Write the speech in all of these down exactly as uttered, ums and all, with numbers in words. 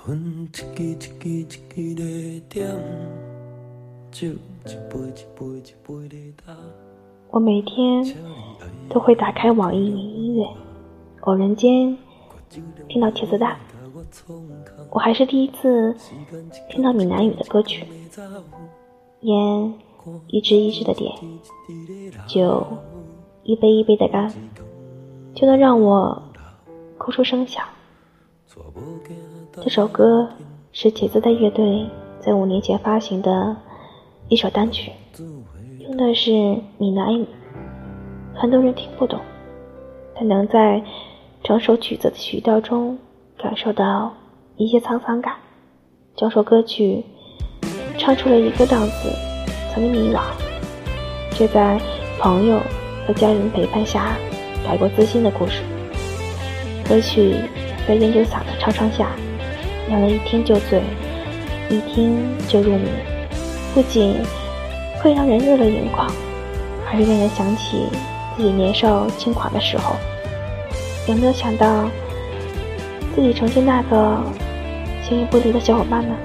分一支一支一支的点，酒一杯一杯一杯的打。 我每天都会打开网易云音乐，偶然间听到茄子蛋，我还是第一次听到闽南语的歌曲。烟一支一支的点，酒一杯一杯的干，就能让我哭出声响。这首歌是茄子蛋乐队在五年前发行的一首单曲，用的是闽南语，很多人听不懂，但能在整首曲子的曲调中感受到一些沧桑感。整首歌曲唱出了一个浪子曾经迷惘，却在朋友和家人陪伴下改过自新的故事。歌曲在烟酒嗓的唱唱下，让人一听就醉，一听就入迷，不仅会让人热泪盈眶，还是令人想起自己年少轻狂的时候。有没有想到自己曾经那个形影不离的小伙伴呢？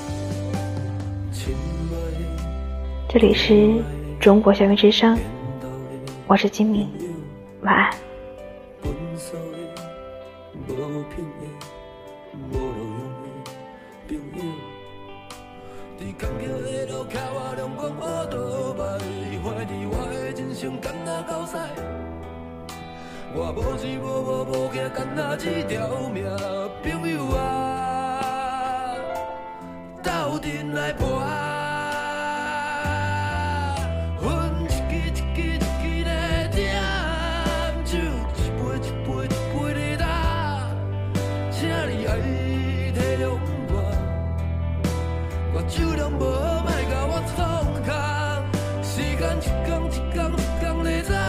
这里是中国校园之声，我是金明，晚安。我无钱无无无惊，干那一条命，朋友啊，斗阵来搏，分一支一支一支的点，酒一杯一杯一杯的打，请你爱体谅我，我酒量无好，莫甲我创空，时间一天一天一天在走。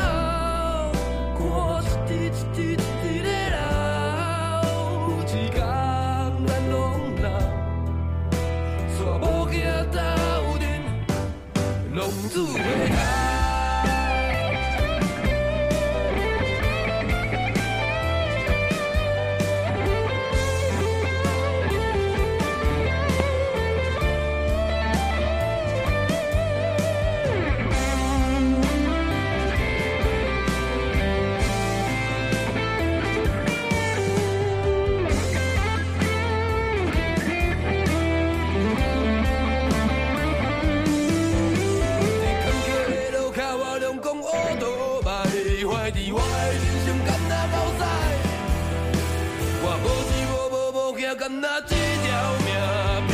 一滴一滴一滴的流，一天咱拢老，煞无惊斗阵，浪子回头。干那一条命。